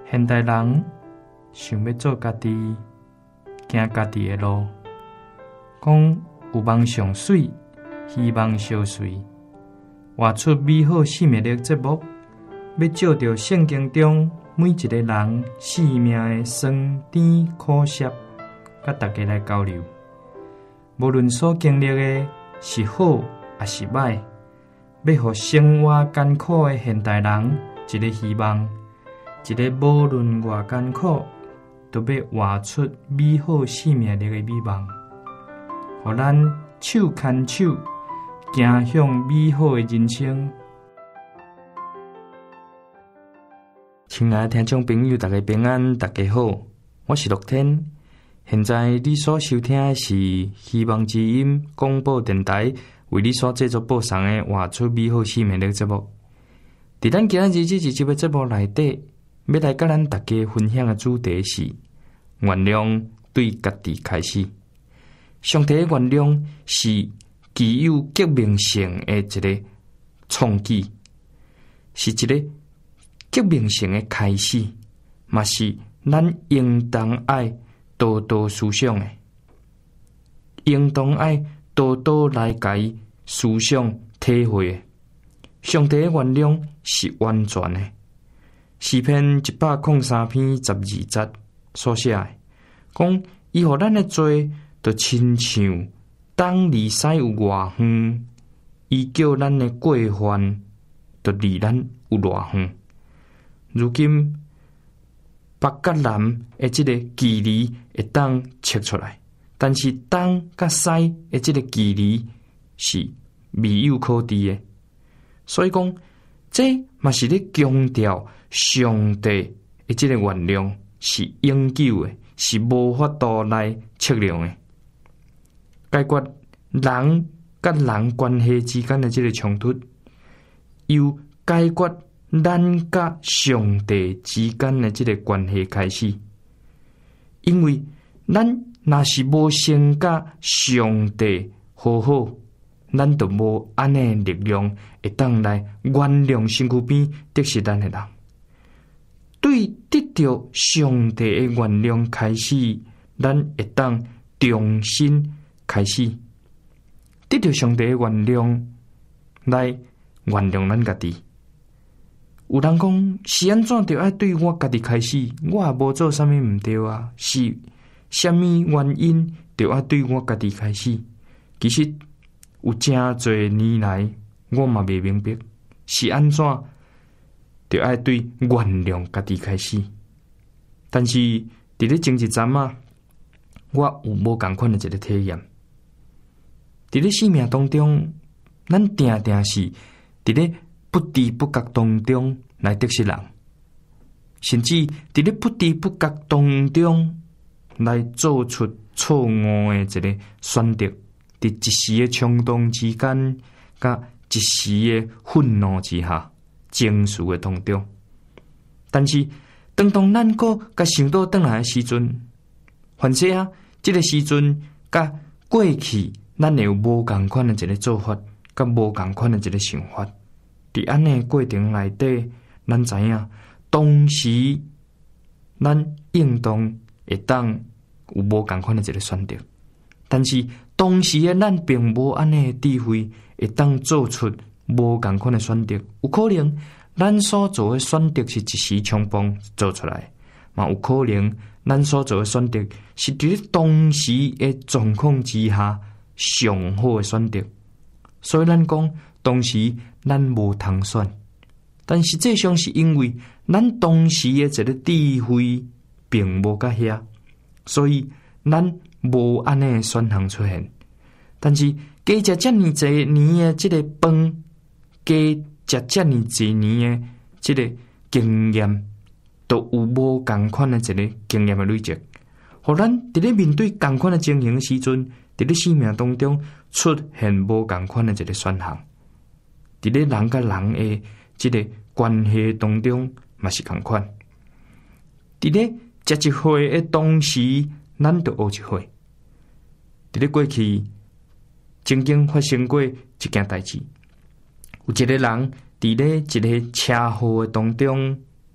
现代人想要做家己，行家己的路，讲有梦上水，希望相随，活出美好生命力节目，要照着圣经中每一个人生命的酸甜苦涩，甲大家来交流。无论所经历的是好还是歹，要互生活艰苦的现代人一个希望，一个无论偌艰苦，都要活出美好生命力的美梦，互咱手牵手，行向美好的人生。亲爱的听众朋友，大家平安，大家好，我是乐天。现在你所收听的是希望之音广播电台为你所制作播送的活出美好生命力节目。在咱今日这一集的节目内底，要来甲咱大家分享的主题是原谅对家己开始。上帝的原谅是具有革命性的一个创举，是一个革命性的开始，嘛是咱应当爱多多思想的，应当爱多多来解思想体会的。上帝的原谅是完全的，诗篇103篇12节所写的，讲伊互咱的罪，就亲像当离西有偌远，伊叫咱的过犯，就离咱有偌远。如今北甲南的这个距离会当测出来，但是东甲西的这个距离是未有可知的。所以讲，这嘛是咧强调上帝的这个原谅是永久的，是无法度来测量的。解决人甲人关系之间的这个冲突，由解决咱甲上帝之间的这个关系开始。因为咱若是无先甲上帝好好，咱就无安尼力量会当来原谅身躯边得失咱的人。对得到上帝的原谅开始，咱会当重新开始，得到上帝的原谅来原谅咱家己。有人讲是安怎着爱对我家己开始？我也无做啥物毋对啊，是啥物原因着爱对我家己开始？其实有真侪年来，我嘛未明白是安怎着爱对原谅家己开始。但是伫咧前一阵啊，我有无共款的一个体验。伫咧生命当中，咱定定是伫咧不知不觉当中来得失人，甚至伫咧不知不觉当中来做出错误的一个选择，伫一时的冲动之间，甲一时的愤怒之下，情绪的当中。但是当咱个甲想倒转来的时阵，反正啊，这个时阵甲过去，咱会有无共款的一个做法，甲无共款的一个想法。伫安尼过程内底，咱知影当时咱应当会当有无共款的一个选择，但是当时的咱并无安尼的智慧，会当做出无共款的选择。有可能咱所做的选择是一时冲动做出来，嘛有可能咱所做的选择是伫咧当时的状况之下上好的选择。所以咱讲当时咱无通选，但实际上是因为咱当时的一个智慧并无甲遐，所以咱无安尼的选项出现。但是加食遮尔济年的这个饭，加食遮尔济年的这个经验，都有无共款的一个经验的累积，互咱伫咧面对共款的情形时阵，伫咧生命当中出现无共款的一个选项。伫咧人甲人的这个关系当中，嘛是共款。伫咧食一回的同时，咱就学一回。伫咧过去曾经发生过一件代志，有一个人伫咧一个车祸的当中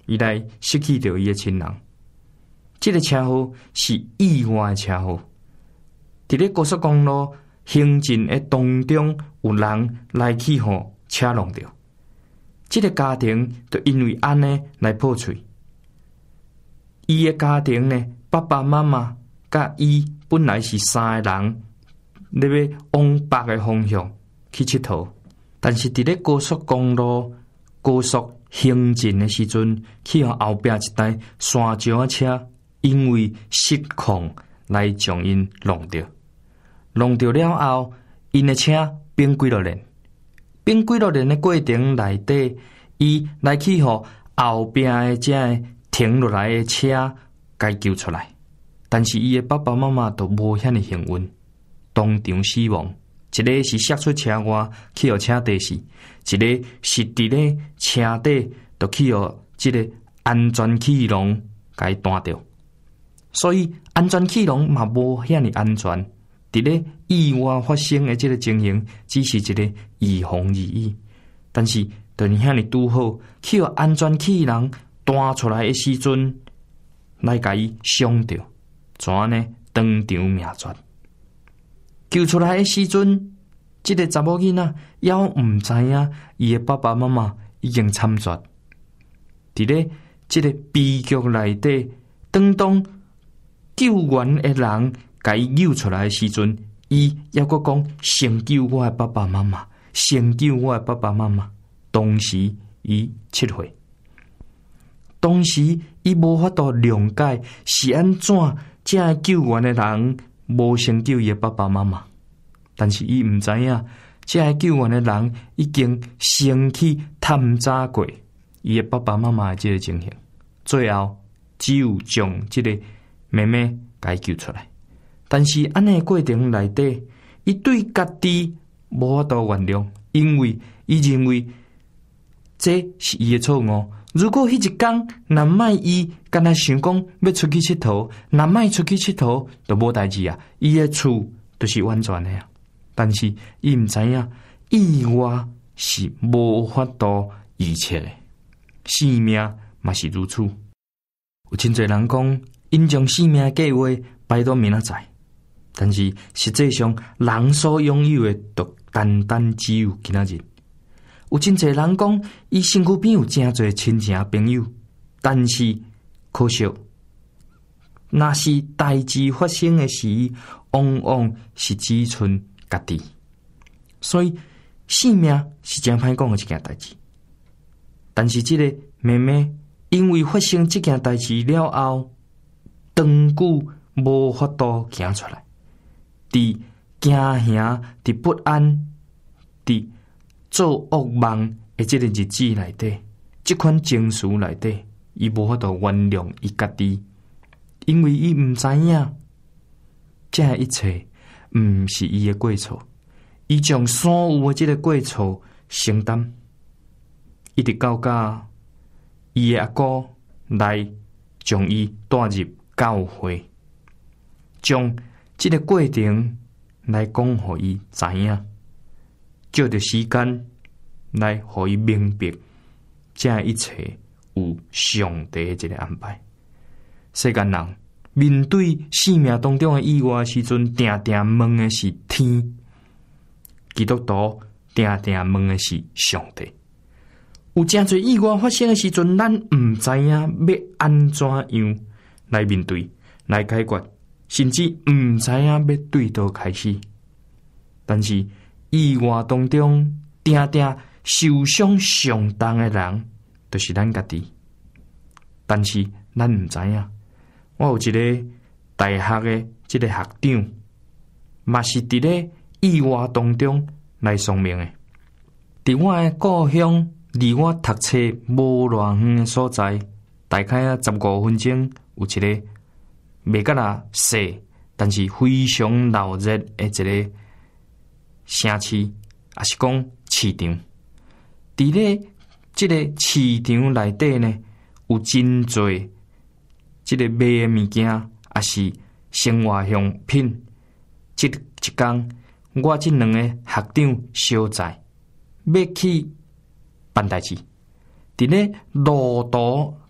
伊来失去着伊的亲人。这个车祸是意外的车祸，伫咧高速公路行进的当中，有人来去互车撞着。这个家庭就因为安尼来破碎。伊的家庭呢，爸爸妈妈甲伊本来是三个人，咧要往北的方向去佚佗，但是伫咧高速公路高速行进的时阵，去互后壁一台山石的车，因为失控来将因撞着。撞着了后，因的车变几落轮，变几落轮的过程内底，伊来去互后壁的这停落来的车该救出来，但是伊的爸爸妈妈都无遐尼幸运，当场死亡。一个是摔出车外去互车底死，一个是伫咧车底就去互这个安全气囊该弹掉。所以安全气囊嘛无遐尼安全。伫咧意外发生的这个情形，只是一个预防而已。但是，就遐尼拄好，去互安全气囊弹出来的时阵，来甲伊伤着，怎呢？当场命绝。救出来的时阵，这个查某囡仔也毋知影，伊的爸爸妈妈已经惨绝。伫咧这个悲剧内底，当救援的人甲伊救出来的时阵，伊抑阁讲成就我的爸爸妈妈，成就我的爸爸妈妈。当时伊7岁，当时伊无法度谅解是安怎这救援的人无成就伊的爸爸妈妈，但是伊毋知影，这救援的人已经先去探查过伊的爸爸妈妈的这个情形，最后只有将这个妹妹解救出来。但是安尼过程内底，伊对家己无法度原谅，因为伊认为这是伊的错误。如果迄一天，若莫伊干那想讲要出去佚佗，若莫出去佚佗，就无代志啊。伊的厝就是完全的啊。但是伊毋知影，意外是无法度预测的，性命嘛是如此。有真侪人讲，因将性命计划摆到明仔载，但是实际上，人所拥有的，就单单只有今仔日。有真侪人讲，伊身躯边有真侪亲情朋友，但是可惜，若是代志发生的时，往往是只剩家己。所以，性命是真歹讲的一件代志。但是，这个妹妹因为发生这件代志了后，长久无法度行出来，伫惊吓、伫不安、伫做噩梦的这个日子内底，这款情绪内底，伊无法度原谅伊家己，因为伊毋知影，这一切毋是伊的过错，伊将所有的这个过错承担，一直到伊的阿哥来将伊带入教会，将这个过程来讲，互伊知影。借着时间来互伊明白，这一切有上帝的一个安排。世间人面对生命当中的意外的时阵，定定问的是天；基督徒定定问的是上帝。有真侪意外发生的时阵，咱毋知影要安怎样来面对、来解决，甚至毋知影要对倒开始。但是意外当中，定定受伤上重的人，就是咱家己。但是咱毋知影，我有一个大学的这个学长，嘛是伫咧意外当中来丧命的。伫我的故乡，离我读册无偌远的所在，大概15分钟有一个袂甲啦细，但是非常闹热的一个城市，也是讲市场。伫咧这个市场内底呢，有真侪这个卖的物件，也是生活用品。一天，我这两个学长小在要去办代志，伫咧路途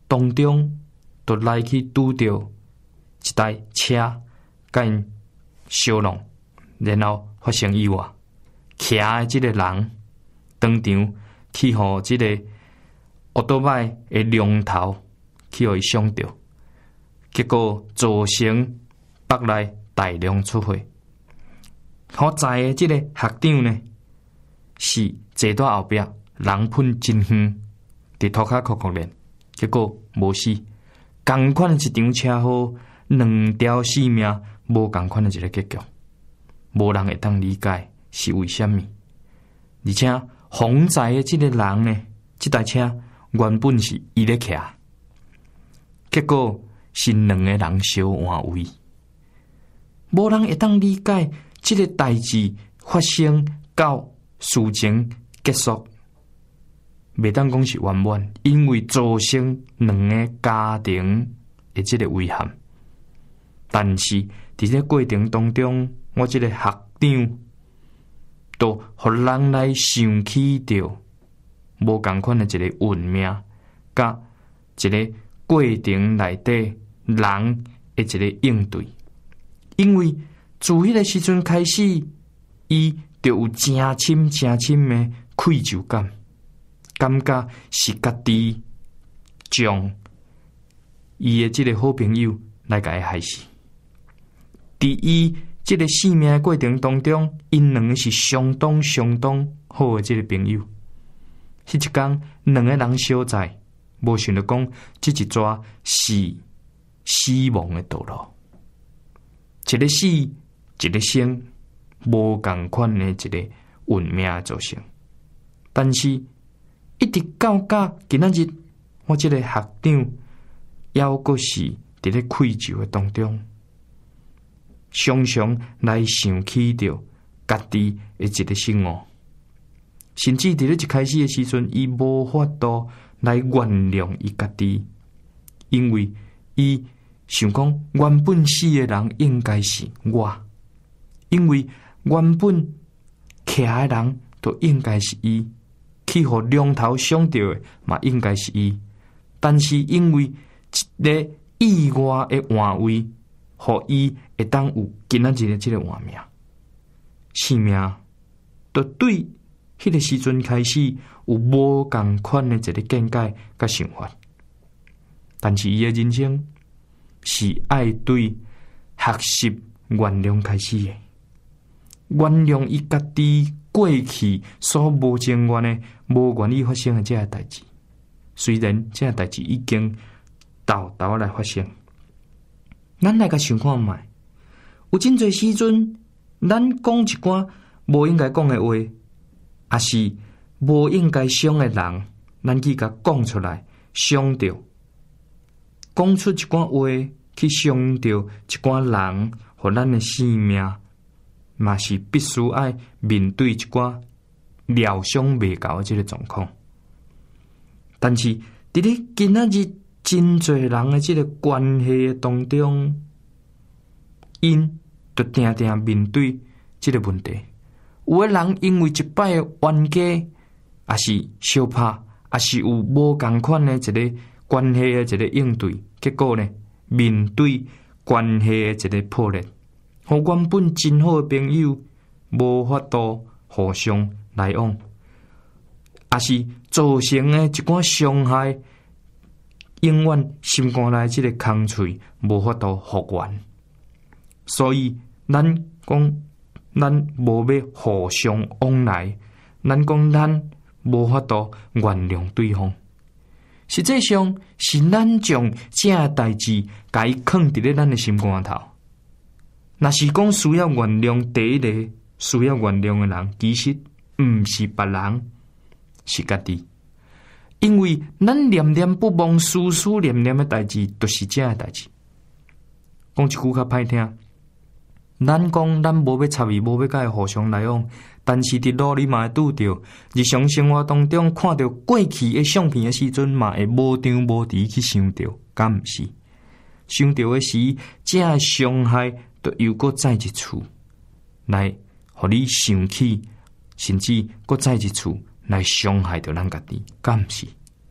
当中，就来去拄到一台车，甲因相撞，然后发生意外。骑的即个人当场去互即个奥多麦的龙头去互伊伤着，结果造成北内大量出血。好在的即个学长呢，是坐在后壁，人喷真远，伫涂骹哭哭练，结果无死。同款的一场车祸，两条性命，无同款的一个结局，无人会当理解是为什么。而且洪载的这个人呢，这台车原本是伊咧骑，结果是两个人相换位，无人会当理解这个代志发生到事情结束，袂当讲是圆满，因为造成两个家庭的这个遗憾。但是伫这过程当中，我这个学长都互人来想起着无共款的一个运命，甲一个过程内底人的一个应对。因为自迄个时阵开始，伊就有真深的愧疚感，感觉是家己将伊的这个好朋友来甲伊害死。伫伊这个生命的过程当中，因两个是相当好的这个朋友。迄一天，两个人相在，无想到讲，这一抓是死亡的道路。一个死，一个生，无共款的一个运命造成。但是，一直到今仔日，我这个学长，还阁是伫咧愧疚的当中。常常来想起着家己的一个生活，甚至伫咧一开始的时阵，伊无法度来原谅伊家己，因为伊想讲原本死的人应该是我，因为原本骑的人都应该是伊，去互龙头伤着的嘛应该是伊，但是因为一个意外的换位，互伊会当有今仔日的这个换命，生命就对迄个时阵开始有无共款的一个见解甲想法。但是伊的人生是爱对学习原谅开始的，原谅伊家己过去所无情愿的、无愿意发生的这个代志。虽然这个代志已经豆豆来发生。咱来甲想看觅，有真侪时阵，咱讲一寡无应该讲的话，也是无应该伤的人，咱去甲讲出来，伤着，讲出一寡话去伤着一寡人，互咱的生命，嘛是必须爱面对一寡疗伤未够的这个状况。但是伫咧今仔日真侪人的这个关系当中，因就定定面对这个问题。有的人因为一摆的冤家，也是相拍，也是有无共款的一个关系的一个应对，结果呢，面对关系的一个破裂，和原本真好的朋友无法度互相来往，也是造成的一寡伤害。永远心肝内这个空脆无法度复原，所以咱讲咱无要互相往来，咱讲咱无法度原谅对方。实际上是咱将这个代志甲伊藏伫咧咱的心肝头。若是讲需要原谅第一个需要原谅的人，其实毋是别人，是家己。因为咱念念不忘、思思念念的代志，就是这个代志。讲一句较歹听，咱讲咱无要插伊，无要甲伊互相来往，但是伫路里嘛会拄着，日常生活当中看到过去的相片的时阵，嘛会无张无弛去想着，敢毋是？想着的时，这个伤害就又搁再一次来，互你想起，甚至搁再一次来伤害着咱家己，敢毋是？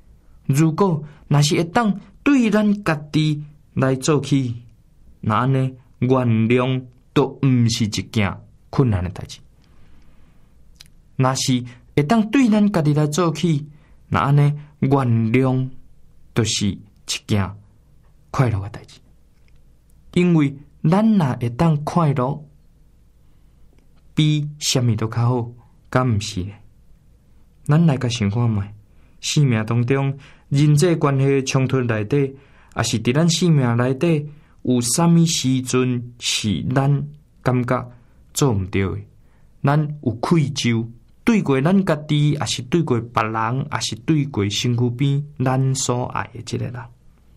如果若是会当对咱家己来做起，那安尼原谅都毋是一件困难的代志。若是会当对咱家己来做起，那安尼原谅都是一件快乐的代志。因为咱若会当快乐，比什么都较好，敢毋是呢？咱来甲想看觅，生命当中人际关系冲突内底，也是伫咱生命内底有啥物时阵是咱感觉做毋对的，咱有愧疚，对过咱家己，也是对过别人，也是对过身躯边咱所爱的这个人。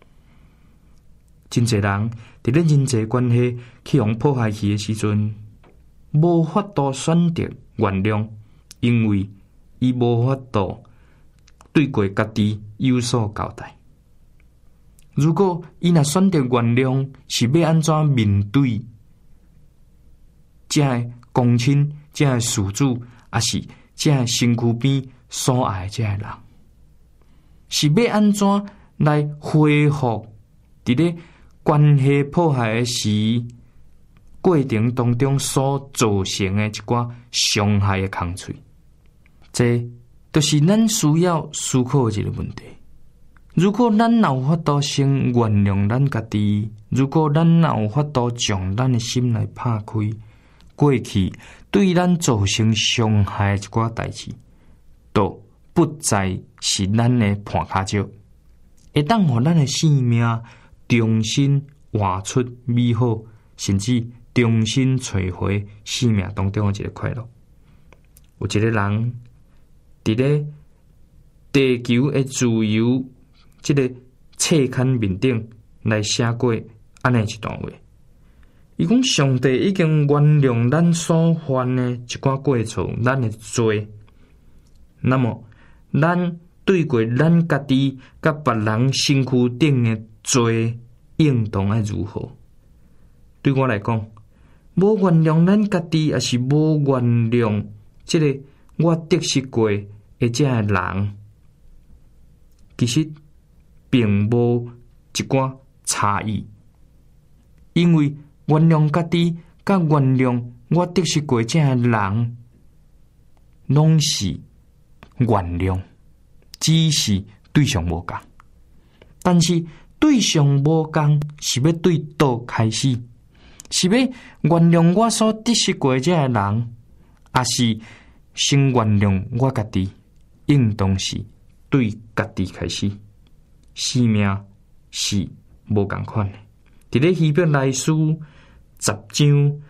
真侪人伫咧人际关系去互破坏去的时阵，无法度选择原谅，因为伊无法度对过家己有所交代。如果伊若选择原谅，是要安怎面对这个公亲、这个事主，也是这个身躯边所爱的这个人？是要安怎来恢复伫咧关系破坏的时过程当中所造成的一寡伤害的空碎？这就是咱需要思考的一个问题。如果咱有法度先原谅咱家己，如果咱有法度将咱的心来拍开，过去对咱造成伤害的一寡代志，都不再是咱的绊脚石，会当互咱的生命重新活出美好，甚至重新找回生命当中的一个快乐。有一个人伫咧地球的自由这个册刊面顶来写过安尼一段话，伊讲上帝已经原谅咱所犯的一寡过错，咱的罪。那么咱对过咱家己甲别人身躯顶的罪应当爱如何？对我来讲，无原谅咱家己，也是无原谅这个我得失过的这个人，其实并无一寡差异，因为原谅家己甲原谅我得失过这个人，拢是原谅，只是对象无共。但是对象无共，是要对倒开始？是要原谅我所得失过的这个人，还是先原谅我家己？应当是对家己开始。生命是无共款的。伫咧希伯来书10章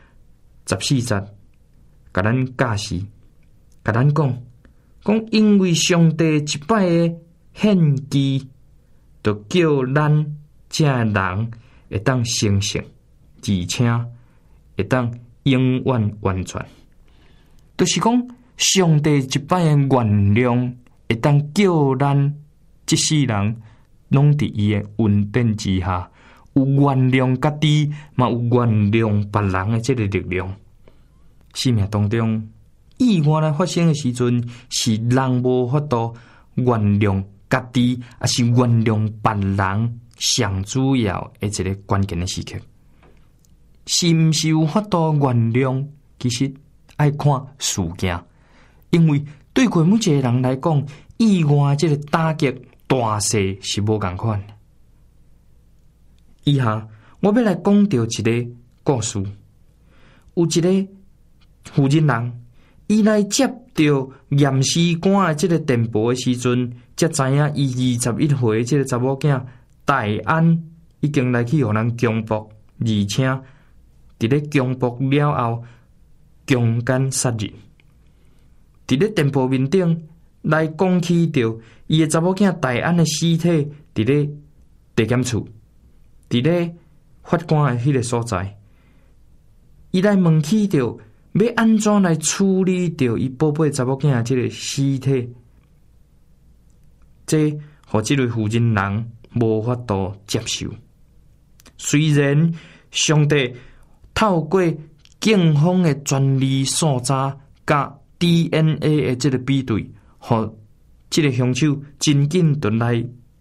14节，甲咱教示，甲咱讲，因为上帝一摆的献祭，就叫咱这人会当成圣，而且会当永远完全。就是讲，上帝一摆的原谅，会当叫咱这世人拢伫伊的恩典之下，有原谅家己，嘛有原谅别人的这个力量。生命当中意外来发生的时阵，是人无法度原谅家己，还是原谅别人上主要的一个关键的时刻。是毋是有法度原谅？其实爱看事件，因为对过每一个人来讲，意外这个打击大小是无同款。以下我要来讲到一个故事，有一个负责人，伊来接到验尸官的这个电报的时阵，才知影伊21岁这个查某囝大安已经来去互人强暴，而且伫咧强暴了后强奸杀人。伫咧电报面顶来讲起到伊的查某囝大安的尸体伫咧地检处，伫咧法官的迄个所在，伊来问起到要安怎来处理掉伊宝贝查某囝的这个尸体，这互这位负责人无法度接受。虽然上帝透过警方的专利搜查甲 DNA 的这个比对，互这个凶手真紧就来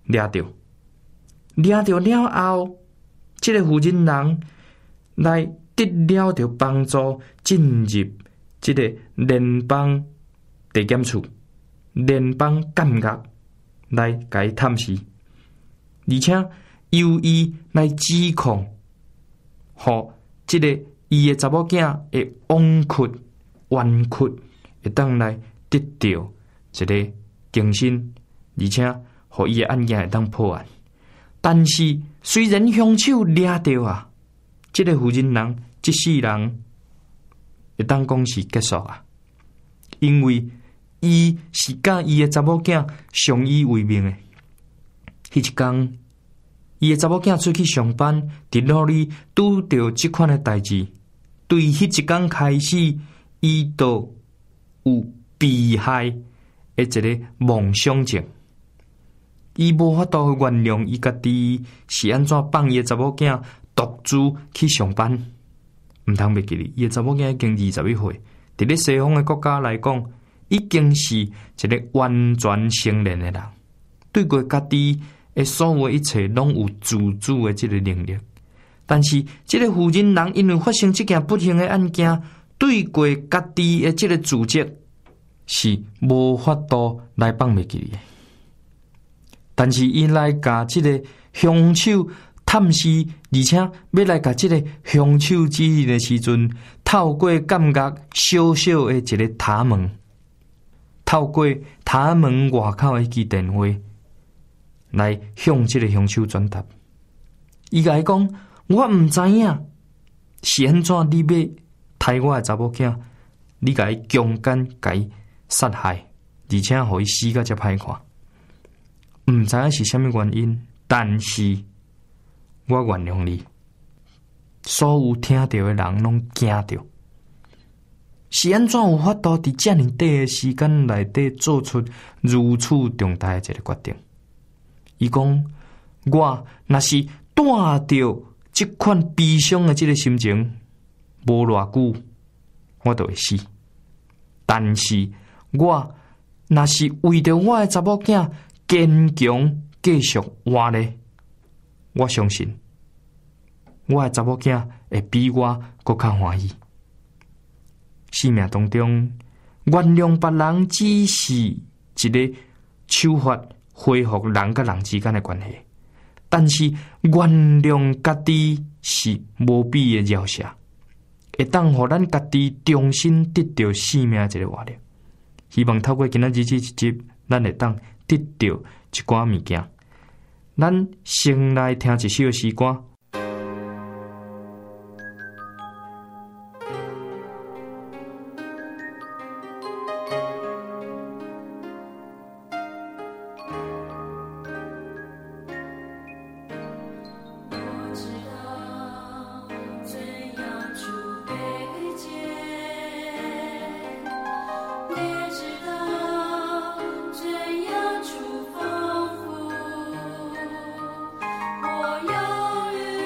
抓到了后，这个负责人来得了着帮助，进入这个联邦地检处、联邦监狱来甲伊探视，而且由伊来指控，互这个伊的查某囝的枉屈、冤屈，会当来得到一个更新，而且互伊的案件会当破案。但是虽然凶手抓到啊，这个负责人这世人会当讲是结束啊，因为伊是甲伊的查某囝相依为命的。迄一天，伊的查某囝出去上班，伫路里拄到即款的代志，对迄一天开始，伊就有被害的一个梦想症。伊无法度原谅伊家己是安怎放伊的查某囝独自去上班。毋通袂记哩，伊的查某囝已經21歲，伫咧西方的國家來講，已經是一個完全成年的人，對過家己的所有一切攏有自主的這個能力。但是，這個負責人因為發生這件不幸的案件，對過家己的這個自責是無法度來放袂記的。但是伊來甲即個凶手探視，而且要來甲即個凶手指認的時陣，透過監獄小小的一個塔門，透過塔門外口的一支電話，來向即個凶手轉達。伊甲伊講：我毋知影是安怎你要殺我的查某囝，你甲伊強姦，甲伊殺害，而且互伊死甲遮歹看。毋知影是啥物原因，但是我原諒你。所有聽到的人攏驚着，是安怎有法度佇遮爾短的時間內底做出如此重大的一個決定？伊講：我若是帶着這款悲傷的這個心情，無偌久我就會死。但是我若是為着我的查某囝堅強繼續活咧，我相信我的查某囝會比我更較歡喜。生命當中，原諒別人只是一個手法恢復人甲人之間的關係，但是原諒家己是無比的饒恕，會當互咱家己重新得到生命的一個活力。希望透過今仔日這一集，咱會當得到一寡物件。咱先來聽一首詩歌。 我要与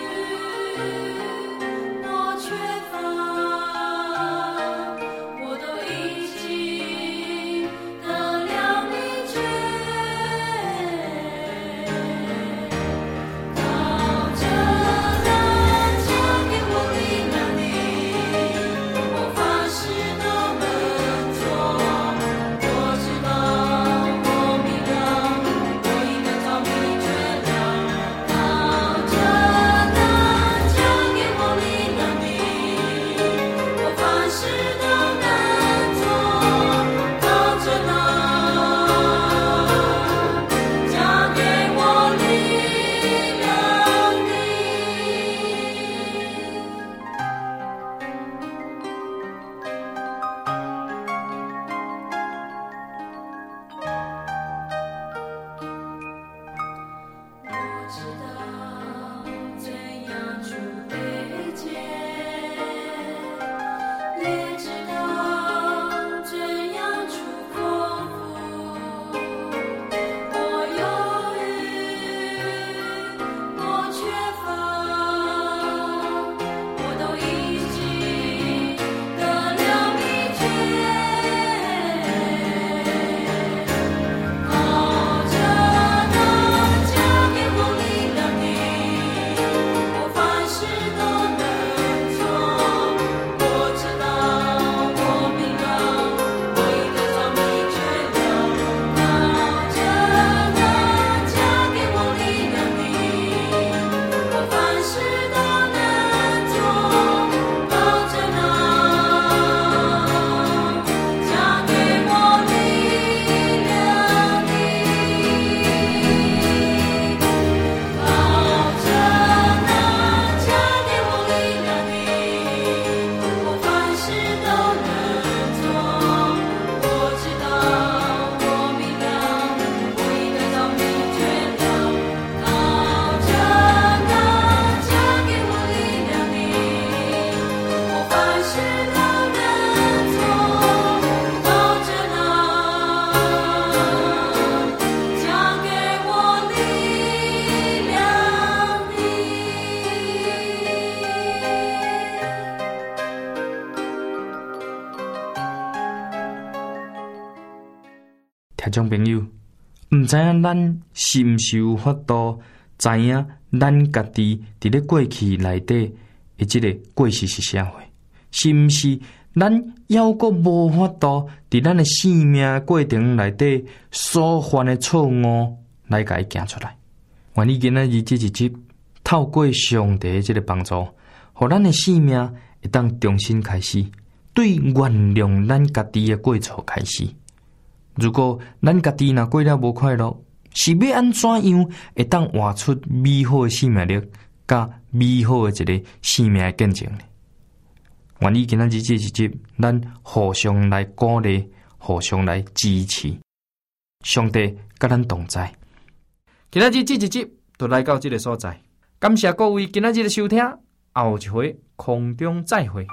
听众朋友，毋知影咱是毋是有法度知影咱家己伫咧过去内底的即个过失是啥货？是毋是咱还阁无法度伫咱的生命过程内底所犯的错误来甲伊行出来？愿意今仔日即一集透过上帝的即个帮助，互咱的生命会当重新开始，对原谅咱家己的过错开始。如果咱家己若过了无快乐，是要安怎样会当活出美好的生命力，甲美好的一个生命的见证呢？愿意今仔日这一集，咱互相来鼓励，互相来支持，上帝甲咱同在。今仔日这一集就来到这个所在，感谢各位今仔日的收听，后一回空中再会。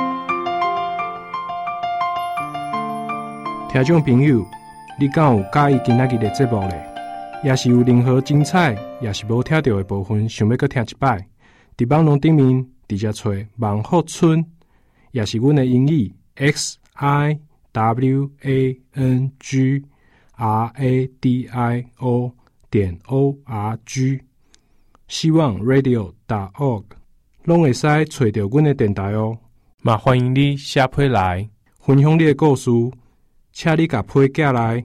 听众朋友，你敢有介意今仔日的节目呢？也是有任何精彩，也是无听到的部分，想要搁听一摆，伫网络顶面直接找万福村，也是阮的英语 XIWANGRADIO.org， 希望 radio.org， 拢会使找到阮的电台哦。嘛欢迎你写批来分享你的故事，请你甲批寄来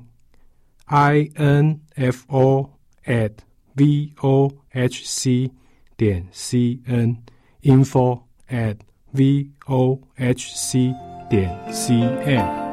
info@vohc.cn info@vohc.cn